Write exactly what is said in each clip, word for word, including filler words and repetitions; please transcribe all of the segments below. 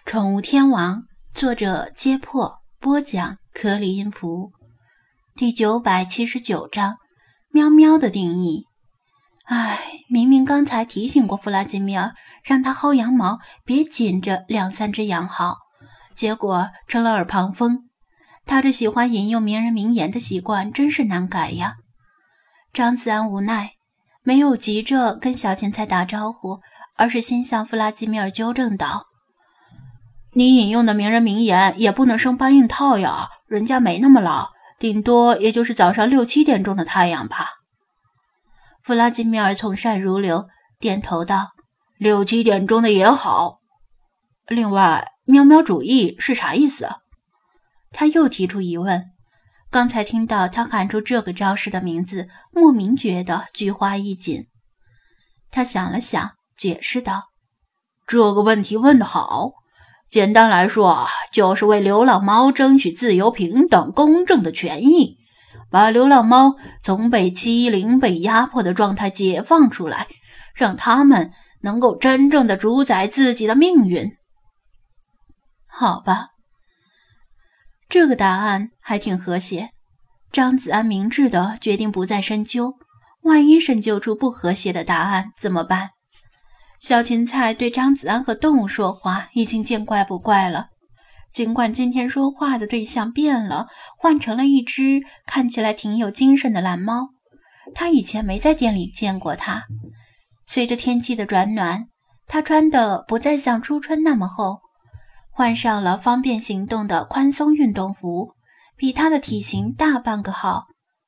宠物天王，作者揭破，播讲颗粒音符。第九百七十九章，喵喵的定义。唉，明明刚才提醒过弗拉基米尔，让他薅羊毛别紧着两三只羊薅，结果成了耳旁风。他这喜欢引用名人名言的习惯真是难改呀。张子安无奈，没有急着跟小芹菜打招呼，而是先向弗拉基米尔纠正道：你引用的名人名言也不能生搬硬套呀，人家没那么老，顶多也就是早上六七点钟的太阳吧。弗拉基米尔从善如流，点头道：六七点钟的也好。另外，喵喵主义是啥意思？他又提出疑问。刚才听到他喊出这个招式的名字，莫名觉得菊花一紧。他想了想，解释道：这个问题问得好，简单来说啊，就是为流浪猫争取自由、平等、公正的权益，把流浪猫从被欺凌、被压迫的状态解放出来，让它们能够真正的主宰自己的命运。好吧，这个答案还挺和谐。张子安明智的决定不再深究，万一深究出不和谐的答案怎么办？小芹菜对张子安和动物说话已经见怪不怪了，尽管今天说话的对象变了，换成了一只看起来挺有精神的蓝猫。他以前没在店里见过它。随着天气的转暖，它穿的不再像初春那么厚，换上了方便行动的宽松运动服，比它的体型大半个号。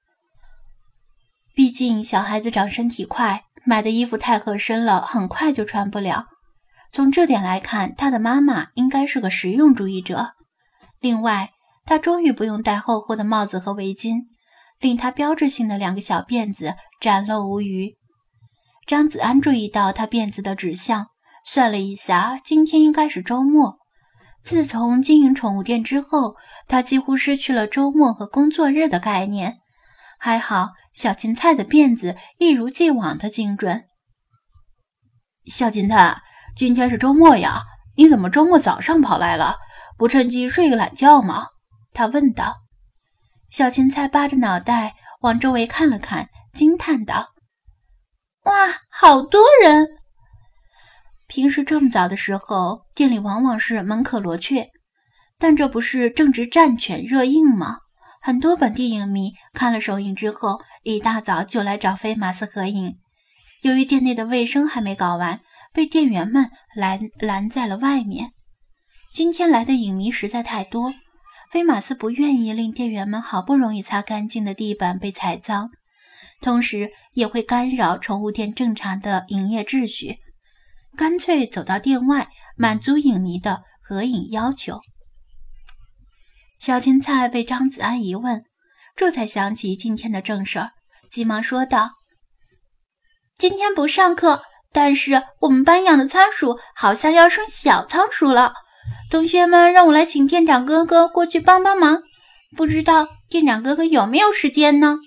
毕竟小孩子长身体快，买的衣服太合身了，很快就穿不了。从这点来看，他的妈妈应该是个实用主义者。另外，他终于不用戴厚厚的帽子和围巾，令他标志性的两个小辫子展露无余。张子安注意到他辫子的指向，算了一下，今天应该是周末。自从经营宠物店之后，他几乎失去了周末和工作日的概念。还好，小芹菜的辫子一如既往的精准。小芹菜，今天是周末呀，你怎么周末早上跑来了？不趁机睡个懒觉吗？他问道。小芹菜扒着脑袋往周围看了看，惊叹道：哇，好多人！平时这么早的时候，店里往往是门可罗雀，但这不是正值战犬热映吗？很多本地影迷看了首映之后，一大早就来找菲马斯合影。由于店内的卫生还没搞完，被店员们拦拦在了外面。今天来的影迷实在太多，菲马斯不愿意令店员们好不容易擦干净的地板被踩脏，同时也会干扰宠物店正常的营业秩序，干脆走到店外满足影迷的合影要求。小芹菜被张子安一问，这才想起今天的正事儿，急忙说道：今天不上课，但是我们班养的仓鼠好像要生小仓鼠了，同学们让我来请店长哥哥过去帮帮忙，不知道店长哥哥有没有时间呢？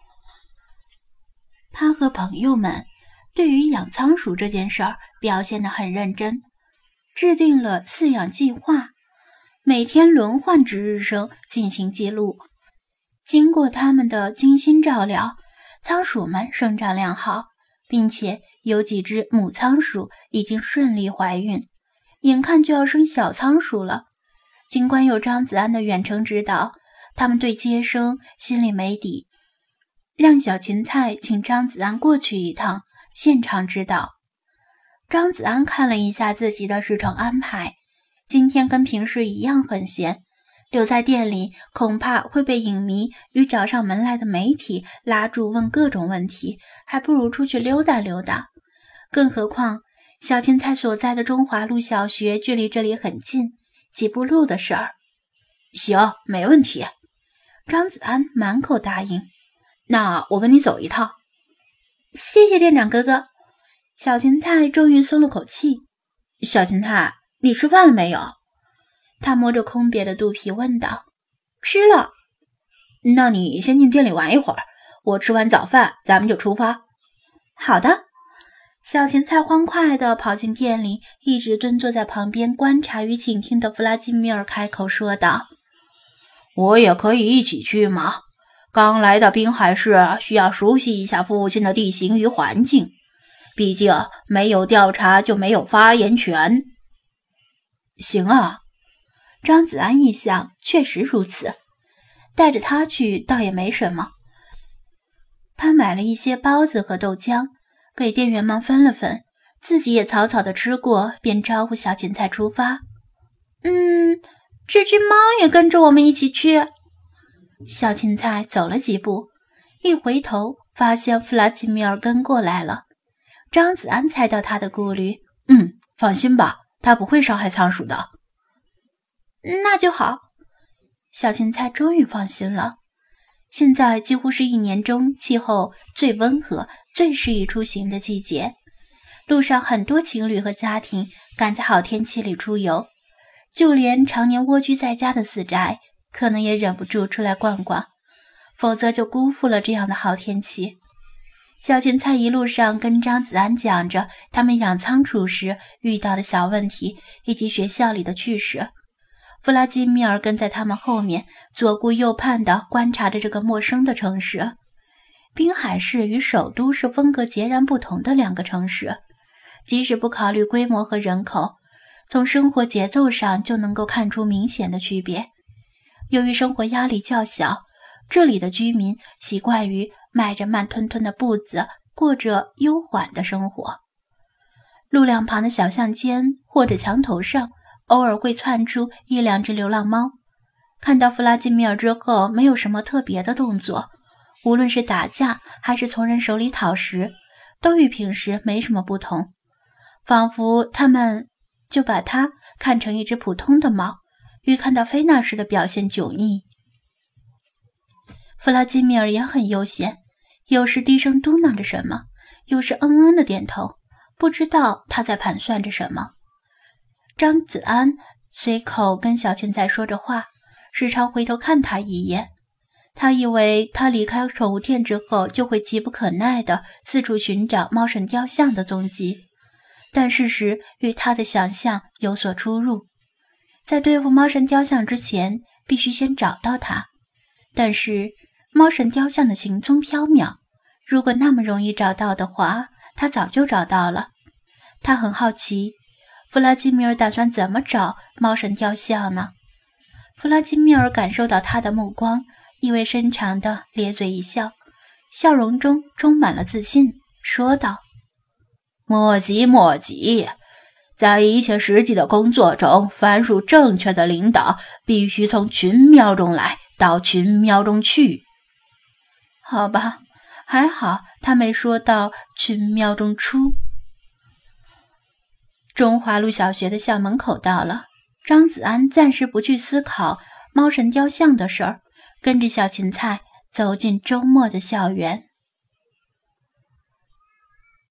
他和朋友们对于养仓鼠这件事儿表现得很认真，制定了饲养计划，每天轮换值日生进行记录。经过他们的精心照料，仓鼠们生长良好，并且有几只母仓鼠已经顺利怀孕，眼看就要生小仓鼠了。尽管有张子安的远程指导，他们对接生心里没底，让小芹菜请张子安过去一趟，现场指导。张子安看了一下自己的日程安排，今天跟平时一样很闲，留在店里恐怕会被影迷与找上门来的媒体拉住问各种问题，还不如出去溜达溜达。更何况小芹菜所在的中华路小学距离这里很近，几步路的事儿。行，没问题。张子安满口答应。那我跟你走一趟。谢谢店长哥哥。小芹菜终于松了口气。小芹菜，你吃饭了没有？他摸着空瘪的肚皮问道。吃了。那你先进店里玩一会儿，我吃完早饭咱们就出发。好的。 小芹菜欢快地跑进店里，一直蹲坐在旁边观察与倾听的弗拉基米尔开口说道：“ 我也可以一起去吗？刚来的滨海市需要熟悉一下父亲的地形与环境，毕竟没有调查就没有发言权。” 行啊，张子安一想，确实如此，带着他去倒也没什么。他买了一些包子和豆浆，给店员们分了分，自己也草草的吃过，便招呼小芹菜出发。嗯，这只猫也跟着我们一起去。小芹菜走了几步，一回头发现弗拉基米尔跟过来了。张子安猜到他的顾虑， 嗯，放心吧，他不会伤害仓鼠的。 那就好，小芹菜终于放心了。现在几乎是一年中气候最温和、最适宜出行的季节，路上很多情侣和家庭赶在好天气里出游，就连常年蜗居在家的死宅可能也忍不住出来逛逛，否则就辜负了这样的好天气。小芹菜一路上跟张子安讲着他们养仓鼠时遇到的小问题以及学校里的趣事，弗拉基米尔跟在他们后面，左顾右盼地观察着这个陌生的城市。滨海市与首都是风格截然不同的两个城市，即使不考虑规模和人口，从生活节奏上就能够看出明显的区别。由于生活压力较小，这里的居民习惯于迈着慢吞吞的步子，过着悠缓的生活。路两旁的小巷间或者墙头上，偶尔会窜出一两只流浪猫，看到弗拉基米尔之后没有什么特别的动作，无论是打架还是从人手里讨食，都与平时没什么不同，仿佛他们就把它看成一只普通的猫，与看到菲娜时的表现迥异。弗拉基米尔也很悠闲，有时低声嘟囔着什么，有时嗯嗯的点头，不知道他在盘算着什么。张子安随口跟小芹菜说着话，时常回头看他一眼。他以为他离开宠物店之后就会急不可耐地四处寻找猫神雕像的踪迹，但事实与他的想象有所出入。在对付猫神雕像之前，必须先找到它。但是猫神雕像的行踪缥缈，如果那么容易找到的话，他早就找到了。他很好奇，弗拉基米尔打算怎么找猫神雕像呢？弗拉基米尔感受到他的目光，意味深长地咧嘴一笑，笑容中充满了自信，说道：“ 莫急莫急，在一切实际的工作中，凡属正确的领导必须从群喵中来到群喵中去。” 好吧，还好他没说到群喵中出。中华路小学的校门口到了，张子安暂时不去思考猫神雕像的事儿，跟着小芹菜走进周末的校园。